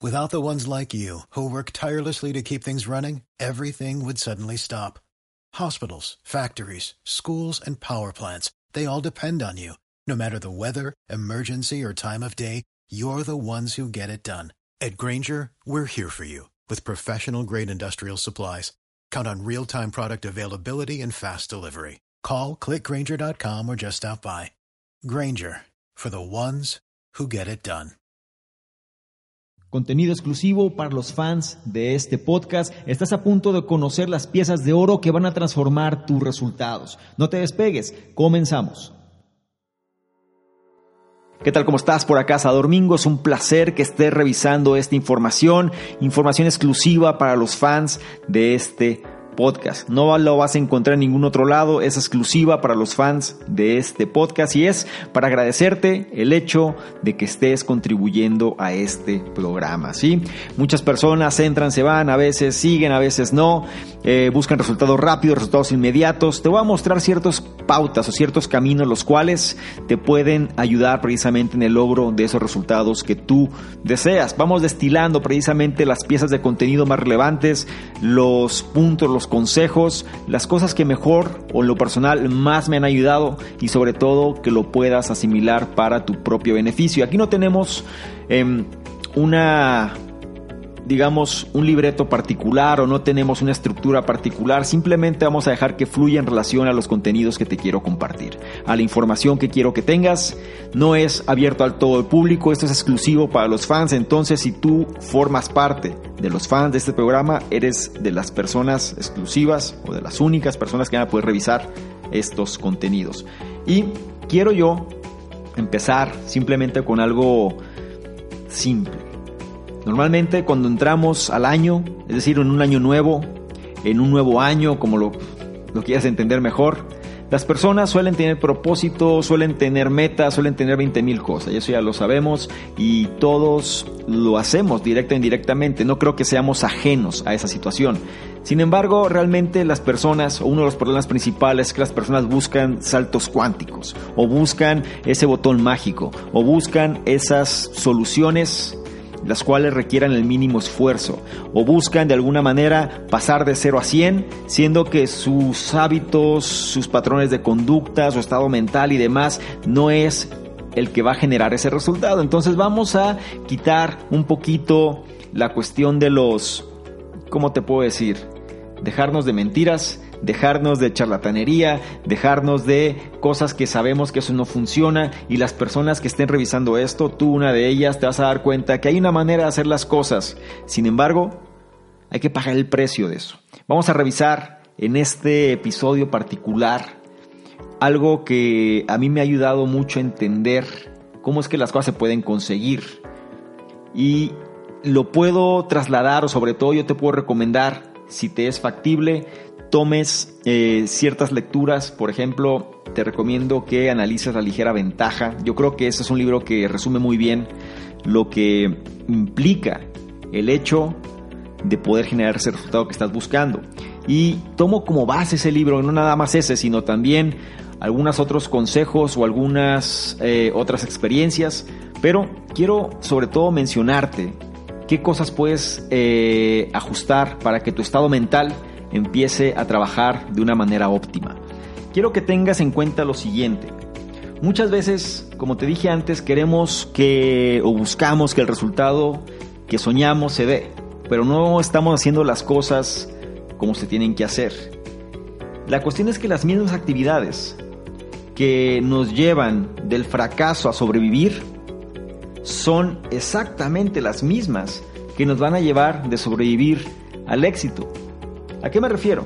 Without the ones like you, who work tirelessly to keep things running, everything would suddenly stop. Hospitals, factories, schools, and power plants, they all depend on you. No matter the weather, emergency, or time of day, you're the ones who get it done. At Grainger, we're here for you with professional-grade industrial supplies. Count on real-time product availability and fast delivery. Call, click Grainger.com, or just stop by. Grainger, for the ones who get it done. Contenido exclusivo para los fans de este podcast. Estás a punto de conocer las piezas de oro que van a transformar tus resultados. No te despegues, comenzamos. ¿Qué tal? ¿Cómo estás? Por acá, Salvador Mingo. Es un placer que estés revisando esta información exclusiva para los fans de este podcast. No lo vas a encontrar en ningún otro lado, es exclusiva para los fans de este podcast y es para agradecerte el hecho de que estés contribuyendo a este programa, ¿sí? Muchas personas entran, se van, a veces siguen, a veces no, buscan resultados rápidos, resultados inmediatos. Te voy a mostrar ciertas pautas o ciertos caminos los cuales te pueden ayudar precisamente en el logro de esos resultados que tú deseas. Vamos destilando precisamente las piezas de contenido más relevantes, los puntos, los consejos, las cosas que mejor o en lo personal más me han ayudado y sobre todo que lo puedas asimilar para tu propio beneficio. Aquí no tenemos un libreto particular o no tenemos una estructura particular, simplemente vamos a dejar que fluya en relación a los contenidos que te quiero compartir, a la información que quiero que tengas. No es abierto al todo el público, esto es exclusivo para los fans. Entonces, si tú formas parte de los fans de este programa, eres de las personas exclusivas o de las únicas personas que van a poder revisar estos contenidos. Y quiero yo empezar simplemente con algo simple. Normalmente cuando entramos al año, es decir, en un año nuevo, en un nuevo año, como lo quieras entender mejor, las personas suelen tener propósitos, suelen tener metas, suelen tener 20,000 cosas. Y eso ya lo sabemos y todos lo hacemos directa o indirectamente. No creo que seamos ajenos a esa situación. Sin embargo, realmente las personas, o uno de los problemas principales es que las personas buscan saltos cuánticos, o buscan ese botón mágico, o buscan esas soluciones las cuales requieran el mínimo esfuerzo, o buscan de alguna manera pasar de 0 a 100, siendo que sus hábitos, sus patrones de conducta, su estado mental y demás no es el que va a generar ese resultado. Entonces vamos a quitar un poquito la cuestión de los, ¿cómo te puedo decir? Dejarnos de mentiras, dejarnos de charlatanería, dejarnos de cosas que sabemos que eso no funciona. Y las personas que estén revisando esto, tú una de ellas, te vas a dar cuenta que hay una manera de hacer las cosas. Sin embargo, hay que pagar el precio de eso. Vamos a revisar en este episodio particular algo que a mí me ha ayudado mucho a entender cómo es que las cosas se pueden conseguir. Y lo puedo trasladar, o sobre todo yo te puedo recomendar, si te es factible, tomes ciertas lecturas. Por ejemplo, te recomiendo que analices La ligera ventaja. Yo creo que ese es un libro que resume muy bien lo que implica el hecho de poder generar ese resultado que estás buscando. Y tomo como base ese libro, no nada más ese, sino también algunos otros consejos o algunas otras experiencias. Pero quiero sobre todo mencionarte qué cosas puedes ajustar para que tu estado mental empiece a trabajar de una manera óptima. Quiero que tengas en cuenta lo siguiente. Muchas veces, como te dije antes, queremos o buscamos que el resultado que soñamos se dé, pero no estamos haciendo las cosas como se tienen que hacer. La cuestión es que las mismas actividades que nos llevan del fracaso a sobrevivir son exactamente las mismas que nos van a llevar de sobrevivir al éxito. ¿A qué me refiero?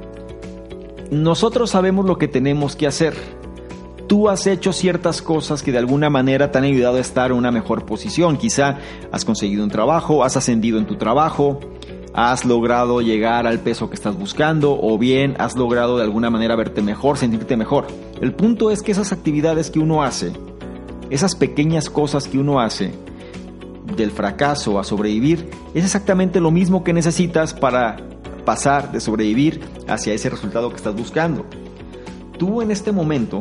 Nosotros sabemos lo que tenemos que hacer. Tú has hecho ciertas cosas que de alguna manera te han ayudado a estar en una mejor posición. Quizá has conseguido un trabajo, has ascendido en tu trabajo, has logrado llegar al peso que estás buscando, o bien has logrado de alguna manera verte mejor, sentirte mejor. El punto es que esas actividades que uno hace, esas pequeñas cosas que uno hace, del fracaso a sobrevivir, es exactamente lo mismo que necesitas para pasar de sobrevivir hacia ese resultado que estás buscando. Tú en este momento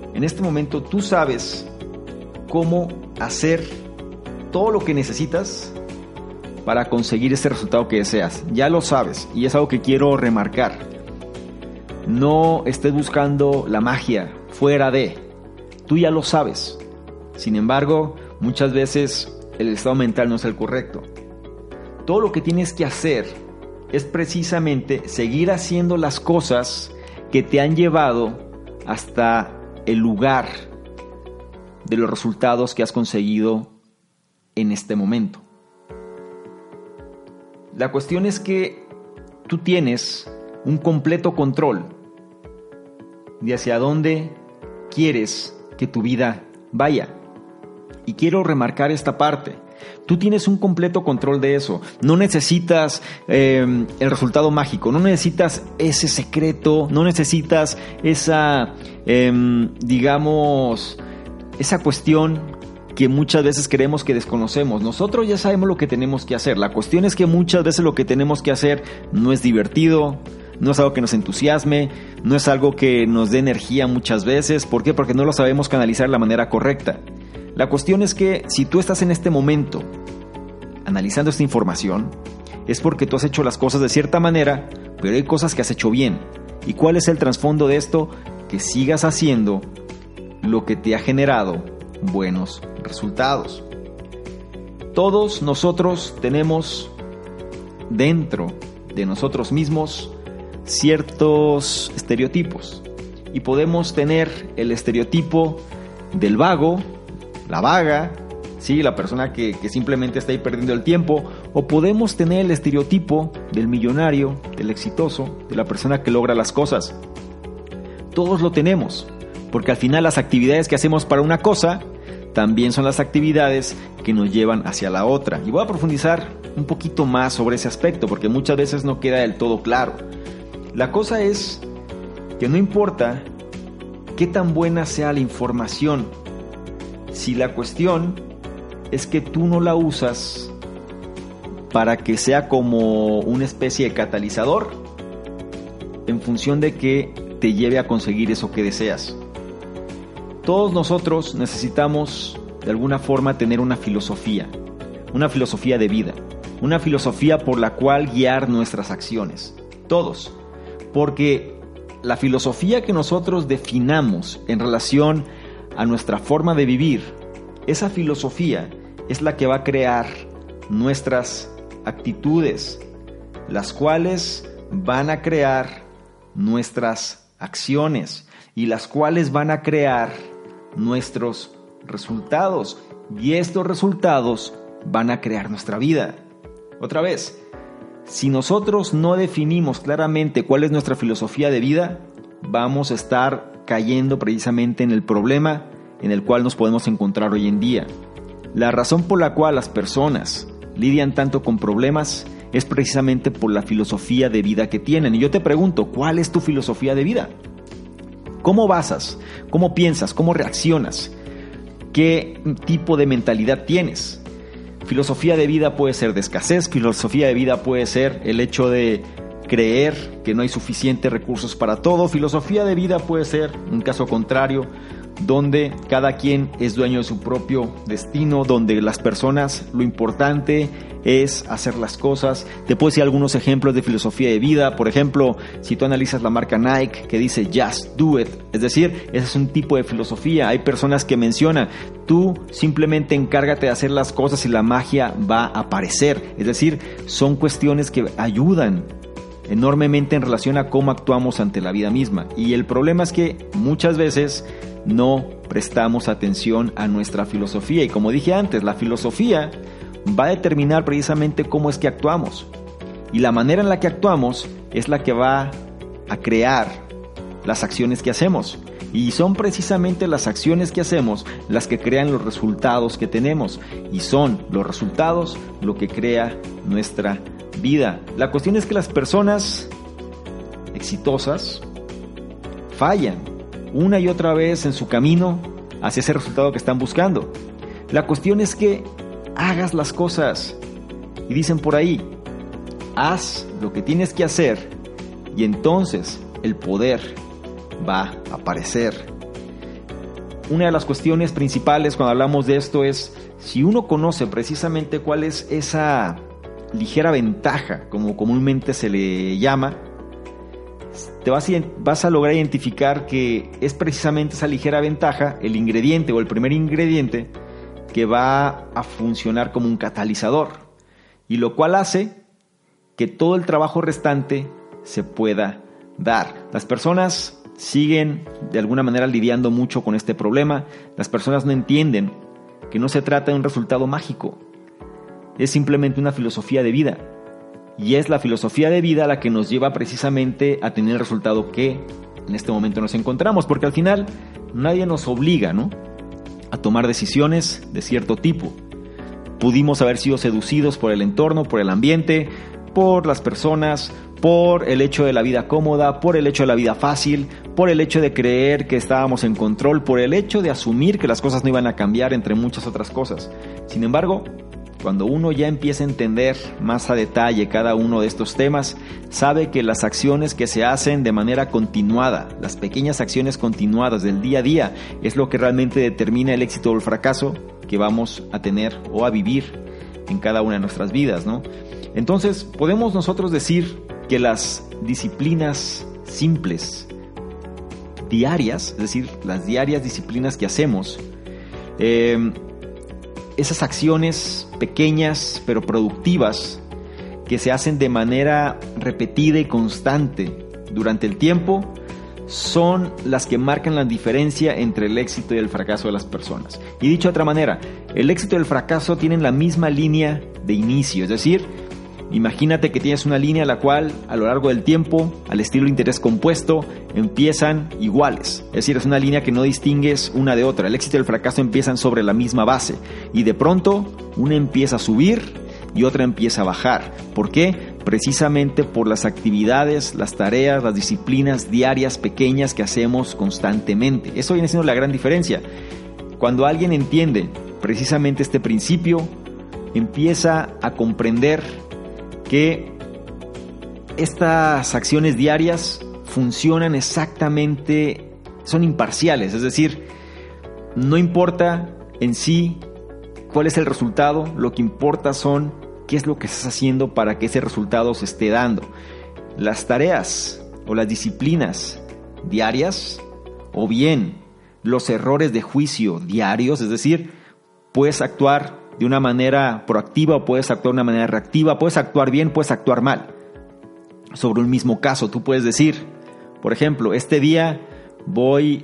tú sabes cómo hacer todo lo que necesitas para conseguir ese resultado que deseas. Ya lo sabes, y es algo que quiero remarcar. No estés buscando la magia fuera de. Tú ya lo sabes. Sin embargo, muchas veces el estado mental no es el correcto. Todo lo que tienes que hacer es precisamente seguir haciendo las cosas que te han llevado hasta el lugar de los resultados que has conseguido en este momento. La cuestión es que tú tienes un completo control de hacia dónde quieres que tu vida vaya. Y quiero remarcar esta parte. Tú tienes un completo control de eso. No necesitas el resultado mágico, no necesitas ese secreto, no necesitas esa, esa cuestión que muchas veces creemos que desconocemos. Nosotros ya sabemos lo que tenemos que hacer. La cuestión es que muchas veces lo que tenemos que hacer no es divertido, no es algo que nos entusiasme, no es algo que nos dé energía muchas veces. ¿Por qué? Porque no lo sabemos canalizar de la manera correcta. La cuestión es que si tú estás en este momento analizando esta información, es porque tú has hecho las cosas de cierta manera, pero hay cosas que has hecho bien. ¿Y cuál es el trasfondo de esto? Que sigas haciendo lo que te ha generado buenos resultados. Todos nosotros tenemos dentro de nosotros mismos ciertos estereotipos y podemos tener el estereotipo del vago, la vaga, ¿sí? La persona que simplemente está ahí perdiendo el tiempo, o podemos tener el estereotipo del millonario, del exitoso, de la persona que logra las cosas. Todos lo tenemos, porque al final las actividades que hacemos para una cosa también son las actividades que nos llevan hacia la otra. Y voy a profundizar un poquito más sobre ese aspecto, porque muchas veces no queda del todo claro. La cosa es que no importa qué tan buena sea la información, si la cuestión es que tú no la usas para que sea como una especie de catalizador en función de que te lleve a conseguir eso que deseas. Todos nosotros necesitamos de alguna forma tener una filosofía de vida, una filosofía por la cual guiar nuestras acciones. Todos, porque la filosofía que nosotros definamos en relación a nuestra forma de vivir, esa filosofía es la que va a crear nuestras actitudes, las cuales van a crear nuestras acciones y las cuales van a crear nuestros resultados, y estos resultados van a crear nuestra vida. Otra vez, si nosotros no definimos claramente cuál es nuestra filosofía de vida, vamos a estar cayendo precisamente en el problema en el cual nos podemos encontrar hoy en día. La razón por la cual las personas lidian tanto con problemas es precisamente por la filosofía de vida que tienen. Y yo te pregunto, ¿cuál es tu filosofía de vida? ¿Cómo basas? ¿Cómo piensas? ¿Cómo reaccionas? ¿Qué tipo de mentalidad tienes? Filosofía de vida puede ser de escasez, filosofía de vida puede ser el hecho de creer que no hay suficientes recursos para todo. Filosofía de vida puede ser un caso contrario, donde cada quien es dueño de su propio destino, donde las personas, lo importante es hacer las cosas. Te puedo decir algunos ejemplos de filosofía de vida. Por ejemplo, si tú analizas la marca Nike, que dice Just Do It, es decir, ese es un tipo de filosofía. Hay personas que mencionan, tú simplemente encárgate de hacer las cosas y la magia va a aparecer. Es decir, son cuestiones que ayudan enormemente en relación a cómo actuamos ante la vida misma. Y el problema es que muchas veces no prestamos atención a nuestra filosofía. Y como dije antes, la filosofía va a determinar precisamente cómo es que actuamos. Y la manera en la que actuamos es la que va a crear las acciones que hacemos. Y son precisamente las acciones que hacemos las que crean los resultados que tenemos. Y son los resultados lo que crea nuestra vida. La cuestión es que las personas exitosas fallan una y otra vez en su camino hacia ese resultado que están buscando. La cuestión es que hagas las cosas. Y dicen por ahí, haz lo que tienes que hacer y entonces el poder va a aparecer. Una de las cuestiones principales cuando hablamos de esto es, si uno conoce precisamente cuál es esa ligera ventaja, como comúnmente se le llama, vas a lograr identificar que es precisamente esa ligera ventaja, el ingrediente o el primer ingrediente, que va a funcionar como un catalizador, y lo cual hace que todo el trabajo restante se pueda dar. Las personas siguen de alguna manera lidiando mucho con este problema. Las personas no entienden que no se trata de un resultado mágico, es simplemente una filosofía de vida. Y es la filosofía de vida la que nos lleva precisamente a tener el resultado que en este momento nos encontramos, porque al final nadie nos obliga, ¿no?, a tomar decisiones de cierto tipo. Pudimos haber sido seducidos por el entorno, por el ambiente, por las personas, por el hecho de la vida cómoda, por el hecho de la vida fácil, por el hecho de creer que estábamos en control, por el hecho de asumir que las cosas no iban a cambiar, entre muchas otras cosas. Sin embargo, cuando uno ya empieza a entender más a detalle cada uno de estos temas, sabe que las acciones que se hacen de manera continuada, las pequeñas acciones continuadas del día a día, es lo que realmente determina el éxito o el fracaso que vamos a tener o a vivir en cada una de nuestras vidas, ¿no? Entonces, podemos nosotros decir que las disciplinas simples, diarias, es decir, las diarias disciplinas que hacemos, esas acciones pequeñas pero productivas que se hacen de manera repetida y constante durante el tiempo, son las que marcan la diferencia entre el éxito y el fracaso de las personas. Y dicho de otra manera, el éxito y el fracaso tienen la misma línea de inicio, es decir, imagínate que tienes una línea la cual a lo largo del tiempo, al estilo interés compuesto, empiezan iguales. Es decir, es una línea que no distingues una de otra. El éxito y el fracaso empiezan sobre la misma base y de pronto una empieza a subir y otra empieza a bajar. ¿Por qué? Precisamente por las actividades, las tareas, las disciplinas diarias pequeñas que hacemos constantemente. Eso viene siendo la gran diferencia. Cuando alguien entiende precisamente este principio, empieza a comprender que estas acciones diarias funcionan exactamente, son imparciales, es decir, no importa en sí cuál es el resultado, lo que importa son qué es lo que estás haciendo para que ese resultado se esté dando. Las tareas o las disciplinas diarias, o bien los errores de juicio diarios, es decir, puedes actuar de una manera proactiva o puedes actuar de una manera reactiva, puedes actuar bien, puedes actuar mal. Sobre un mismo caso, tú puedes decir, por ejemplo, este día voy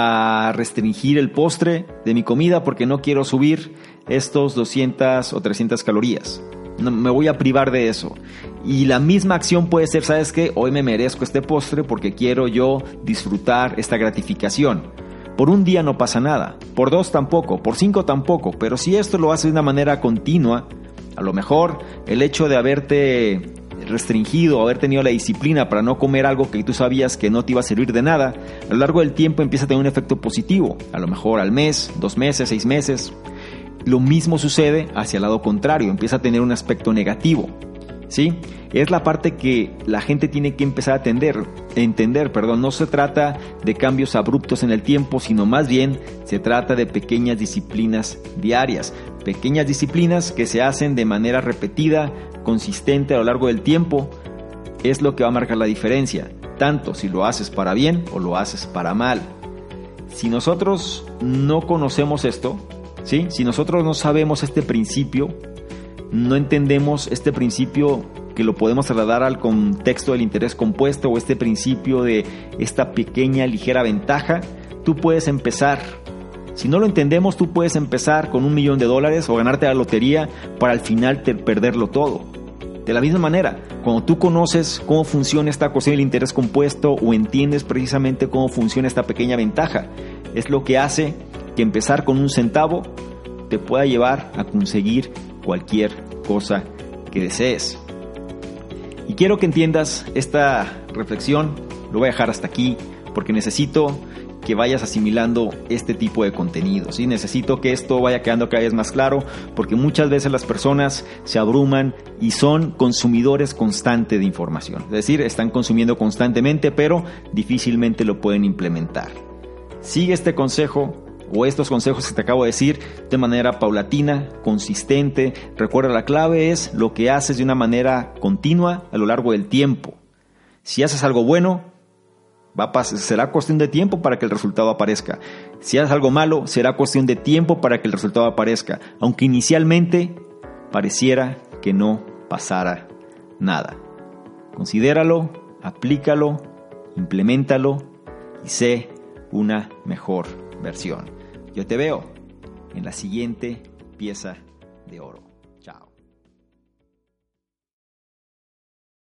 a restringir el postre de mi comida porque no quiero subir estos 200 o 300 calorías. No, me voy a privar de eso. Y la misma acción puede ser, ¿sabes qué? Hoy me merezco este postre porque quiero yo disfrutar esta gratificación. Por un día no pasa nada, por 2 tampoco, por 5 tampoco, pero si esto lo haces de una manera continua, a lo mejor el hecho de haberte restringido, haber tenido la disciplina para no comer algo que tú sabías que no te iba a servir de nada, a lo largo del tiempo empieza a tener un efecto positivo, a lo mejor al mes, 2 meses, 6 meses. Lo mismo sucede hacia el lado contrario, empieza a tener un aspecto negativo, ¿sí? Es la parte que la gente tiene que empezar a entender. No se trata de cambios abruptos en el tiempo, sino más bien se trata de pequeñas disciplinas diarias, pequeñas disciplinas que se hacen de manera repetida, consistente a lo largo del tiempo, es lo que va a marcar la diferencia, tanto si lo haces para bien o lo haces para mal. Si nosotros no conocemos esto, ¿sí? Si nosotros no sabemos este principio, no entendemos este principio que lo podemos trasladar al contexto del interés compuesto o este principio de esta pequeña ligera ventaja, tú puedes empezar. Si no lo entendemos, tú puedes empezar con $1 millón o ganarte la lotería para al final perderlo todo. De la misma manera, cuando tú conoces cómo funciona esta cuestión del interés compuesto o entiendes precisamente cómo funciona esta pequeña ventaja, es lo que hace que empezar con 1 centavo te pueda llevar a conseguir cualquier cosa que desees. Y quiero que entiendas esta reflexión, lo voy a dejar hasta aquí porque necesito que vayas asimilando este tipo de contenido, ¿sí? Necesito que esto vaya quedando cada vez más claro porque muchas veces las personas se abruman y son consumidores constantes de información, es decir, están consumiendo constantemente pero difícilmente lo pueden implementar. Sigue este consejo o estos consejos que te acabo de decir de manera paulatina, consistente. Recuerda, la clave es lo que haces de una manera continua a lo largo del tiempo. Si haces algo bueno, será cuestión de tiempo para que el resultado aparezca. Si haces algo malo, será cuestión de tiempo para que el resultado aparezca, aunque inicialmente pareciera que no pasara nada. Considéralo, aplícalo, impleméntalo y sé una mejor versión. Yo te veo en la siguiente pieza de oro.